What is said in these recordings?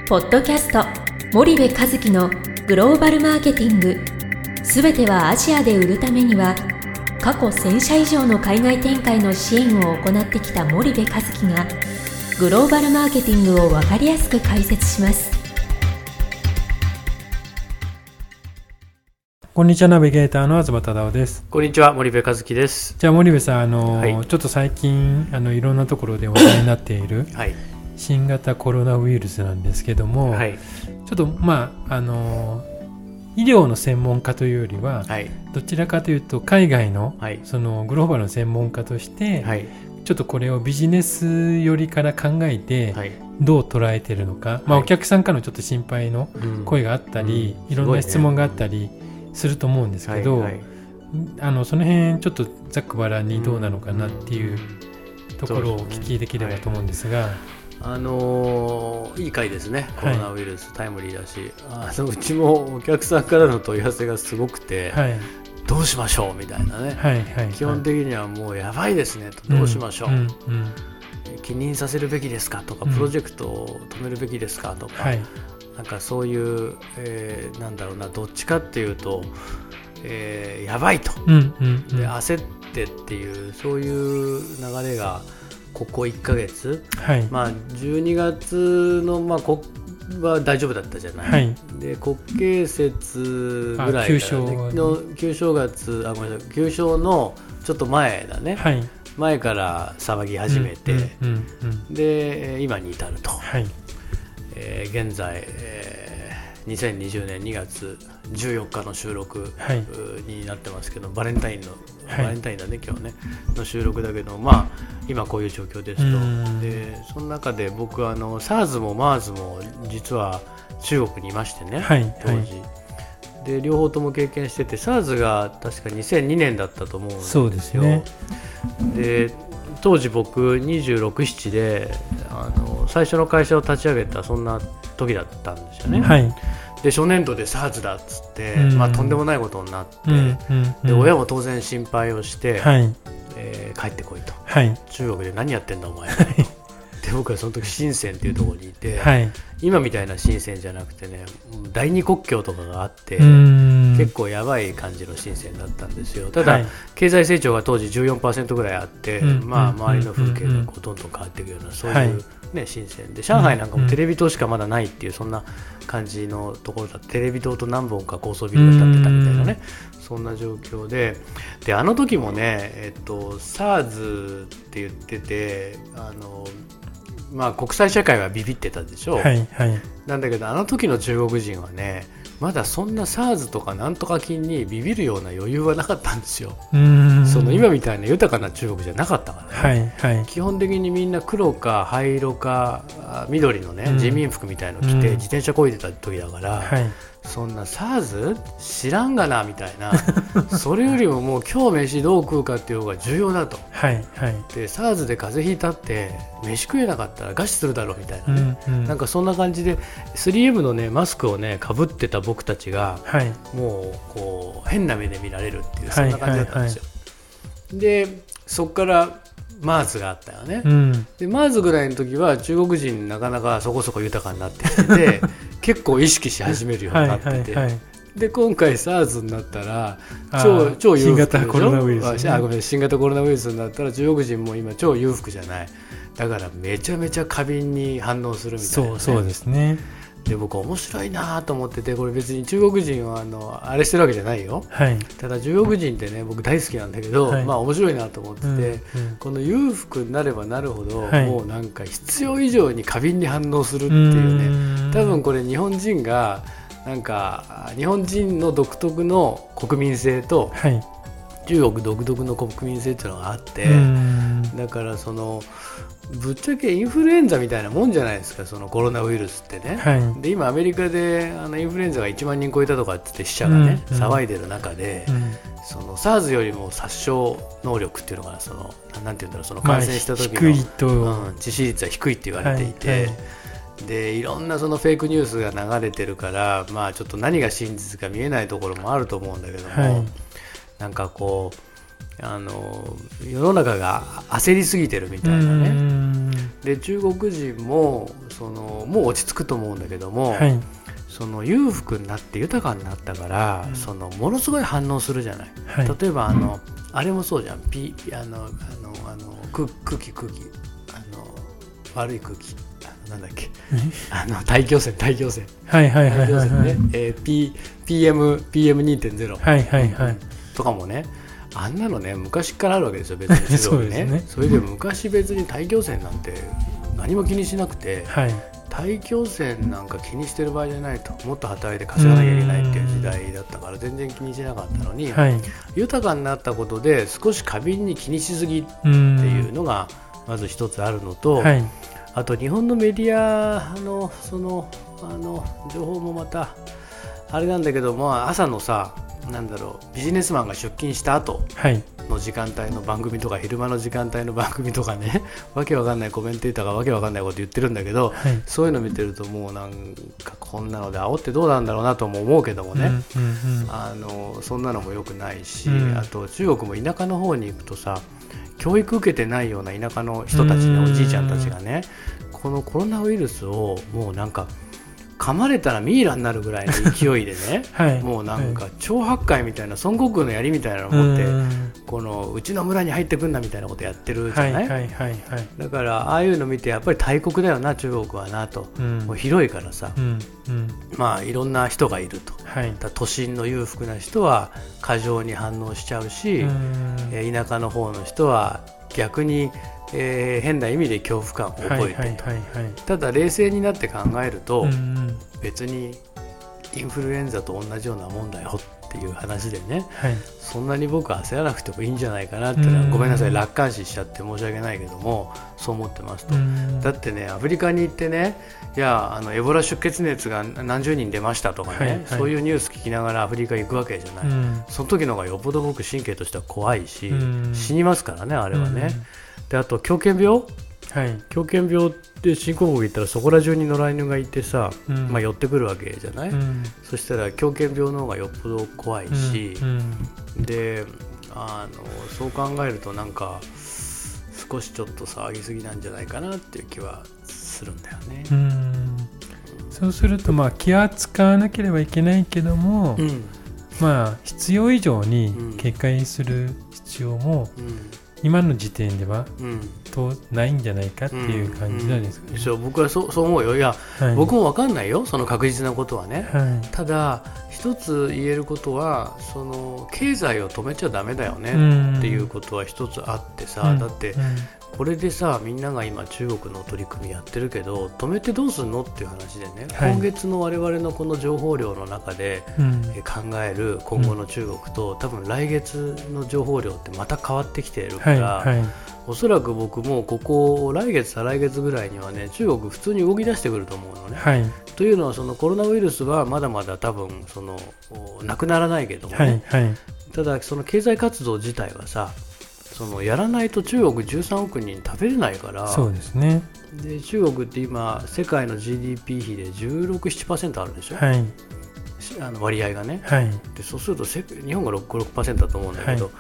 ポッドキャスト森部一樹のグローバルマーケティング、すべてはアジアで売るためには、過去1000社以上の海外展開の支援を行ってきた森部一樹がグローバルマーケティングを分かりやすく解説します。 こんにちは、ナビゲーターの東忠夫です。 こんにちは、森部一樹です。 じゃあ森部さん、 はい、 ちょっと最近いろんなところで話題になっている、 はい、 新型コロナウイルスなんですけども、 はい、 ちょっと医療の専門家というよりは、 はい、 どちらかというと海外の、 はい、 そのグローバルの専門家として、 はい、 ちょっとこれをビジネス寄りから考えて、 はい、 どう捉えているのか、お客さんからのちょっと心配の声があったり、いろんな質問があったりすると思うんですけど、 はいはい、 その辺ちょっとざっくばらんにどうなのかなっていうところをお聞きできればと思うんですが、 いい回ですね。コロナウイルス、タイムリーだし、うちもお客さんからの問い合わせがすごくて、はい、どうしましょうみたいなね、はいはいはい、基本的にはもうやばいですねと、どうしましょう、帰任させるべきですかとか、プロジェクトを止めるべきですかとか、なんかそういう、なんだろうな、どっちかっていうと、やばいと、で焦ってっていう、そういう流れがここ1ヶ月、12月の、は大丈夫だったじゃない、で国慶節ぐらいから、の旧正月、旧正のちょっと前だね、前から騒ぎ始めて、で今に至ると、現在、2020年2月14日の収録になってますけど、バレンタインだね今日ねの収録だけど、今こういう状況ですと。でその中で僕はSARS も MERS も実は中国にいましてね、当時、で両方とも経験してて、 SARS が確か2002年だったと思うんですよ。 そうですね。 で当時僕26、7で最初の会社を立ち上げた、そんな時だったんですよね、で初年度で SARS だっつって、とんでもないことになって、で親も当然心配をして、帰ってこいと、中国で何やってんだお前で僕はその時深センっていうところにいて、今みたいな深センじゃなくてね、第二国境とかがあって、結構やばい感じの深センだったんですよ。ただ、経済成長が当時 14% ぐらいあって、周りの風景がどんどん変わっていくような、そういう、深センで、上海なんかもテレビ塔しかまだないっていう、そんな感じのところだ。テレビ塔と何本か高層ビルが建ってたみたいなね、そんな状況で、あの時もね、SARS って言ってて、国際社会はビビってたでしょ、なんだけど、あの時の中国人はね、まだそんな SARS とかなんとか菌にビビるような余裕はなかったんですよ。その今みたいな豊かな中国じゃなかったからね、基本的にみんな黒か灰色か緑のね、人民服みたいの着て自転車こいでた時だから、そんな SARS 知らんがなみたいなそれよりももう今日飯どう食うかっていう方が重要だと、で SARS で風邪ひいたって飯食えなかったら餓死するだろうみたいなね、なんかそんな感じで 3M のねマスクをねかぶってた僕たちが、もうこう変な目で見られるっていう、そんな感じだったんですよ。でそこからMERS があったよね、で MERS ぐらいの時は中国人なかなかそこそこ豊かになってきてて結構意識し始めるようになってて、で今回 SARS になったら超裕福でしょ。新型コロナウイルス、新型コロナウイルスになったら中国人も今超裕福じゃない、だからめちゃめちゃ過敏に反応するみたいな、 そうですね。 で僕面白いなと思ってて、これ別に中国人はあれしてるわけじゃないよ、ただ中国人ってね僕大好きなんだけど、面白いなと思ってて、この裕福になればなるほど、もうなんか必要以上に過敏に反応するっていうね、多分これ日本人がなんか日本人の独特の国民性と、中国独特の国民性っていうのがあって、だからそのぶっちゃけインフルエンザみたいなもんじゃないですか、そのコロナウイルスってね、で今アメリカでインフルエンザが1万人超えたとかって死者がね、騒いでる中で、その SARS よりも殺傷能力っていうのがなんていうんだろう、その感染した時の、 低いと、 致死率は低いって言われていて、でいろんなそのフェイクニュースが流れてるから、ちょっと何が真実か見えないところもあると思うんだけども、なんかこう世の中が焦りすぎてるみたいなね、 で中国人ももう落ち着くと思うんだけども、 はい、 裕福になって豊かになったから、ものすごい反応するじゃない、はい、例えばあれもそうじゃん、空気悪い空気なんだっけ大気汚染はいはいはいはい、 PM2.0 はいはいはい、 とかもね、あんなのね昔からあるわけですよ別に中国ね。それで昔別に大気汚染なんて何も気にしなくて、はい、大気汚染なんか気にしてる場合じゃないと、もっと働いて稼がなきゃいけないっていう時代だったから全然気にしなかったのに、はい、豊かになったことで少し過敏に気にしすぎっていうのがまず一つあるのと、はい、あと日本のメディアの情報もまたあれなんだけども、朝のさビジネスマンが出勤した後の時間帯の番組とか、昼間の時間帯の番組とかね、わけわかんないコメンテーターがわけわかんないこと言ってるんだけど、はい、そういうの見てるともうなんかこんなので煽ってどうなんだろうなとも思うけどもね、そんなのも良くないし、あと中国も田舎の方に行くとさ、教育受けてないような田舎の人たちね、おじいちゃんたちがね、このコロナウイルスをもうなんか噛まれたらミイラになるぐらいの勢いでね、はい、もうなんか超八戒みたいな孫悟空の槍みたいなのを持ってこのうちの村に入ってくんなみたいなことやってるじゃない、はいはいはいはい、だからああいうの見てやっぱり大国だよな中国はなと、もう広いからさ、まあいろんな人がいると、はい、都心の裕福な人は過剰に反応しちゃうし、田舎の方の人は逆に変な意味で恐怖感を覚えてと、ただ冷静になって考えると、別にインフルエンザと同じようなもんだよっていう話でね、はい、そんなに僕は焦らなくてもいいんじゃないかなっていうのは、ごめんなさい楽観視しちゃって申し訳ないけどもそう思ってますと。だってね、アフリカに行ってね、いやエボラ出血熱が何十人出ましたとかね、はいはい、そういうニュース聞きながらアフリカ行くわけじゃない、その時の方がよっぽど僕神経としては怖いし、死にますからねあれはね。であと狂犬病、はい、狂犬病って新興国行ったらそこら中に野良犬がいてさ、まあ、寄ってくるわけじゃない、そしたら狂犬病の方がよっぽど怖いし、でそう考えるとなんか少しちょっと騒ぎすぎなんじゃないかなっていう気はするんだよね。 そうするとまあ気は使わなければいけないけども、まあ必要以上に警戒する必要も、今の時点では、ないんじゃないかっていう感じなんですかね。 そう僕はそう思うよ。いや、はい、僕も分かんないよその確実なことはね、はい、ただ一つ言えることはその経済を止めちゃダメだよねっていうことは一つあってさ、だってこれでさみんなが今中国の取り組みやってるけど止めてどうするのっていう話でね、はい、今月の我々のこの情報量の中で、考える今後の中国と、多分来月の情報量ってまた変わってきているから、はいはい、おそらく僕もここ来月再来月ぐらいにはね中国普通に動き出してくると思うのね、はい、というのはそのコロナウイルスはまだまだ多分なくならないけどもね、はいはい、ただその経済活動自体はさやらないと中国13億人食べれないから。 そうですね。 で中国って今世界の GDP 比で 16-17% あるでしょ、はい、割合がね、はい、でそうすると日本が 6% だと思うんだけど、はい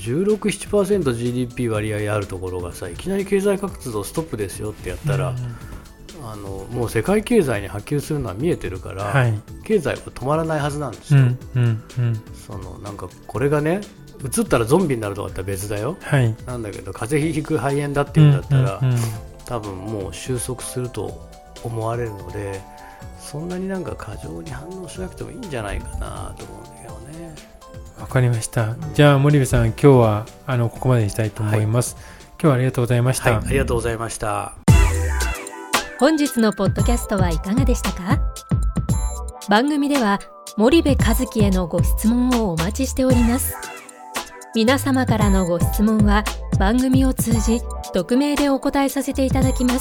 、16-17% GDP 割合あるところがさいきなり経済活動ストップですよってやったら、もう世界経済に波及するのは見えてるから、はい、経済は止まらないはずなんですよ、なんかこれがね移ったらゾンビになるとかだったら別だよ、はい、なんだけど風邪ひく肺炎だっていうんだったら、多分もう収束すると思われるので、そんなになんか過剰に反応しなくてもいいんじゃないかなと思うんだけどね。 わかりました。じゃあ森部さん今日はここまでにしたいと思います、はい、今日はありがとうございました。 はい、ありがとうございました。 本日のポッドキャストはいかがでしたか？番組では森部一樹へのご質問をお待ちしております。皆様からのご質問は番組を通じ匿名でお答えさせていただきます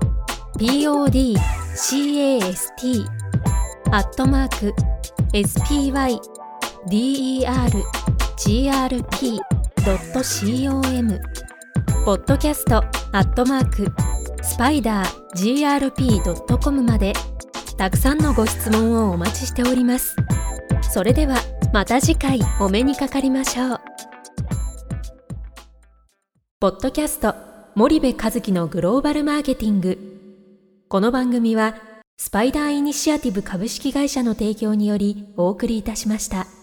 。podcast@spydergrp.com podcast@spidergrp.com までたくさんのご質問をお待ちしております。それではまた次回お目にかかりましょう。ポッドキャスト森部一樹のグローバルマーケティング。この番組はスパイダーイニシアティブ株式会社の提供によりお送りいたしました。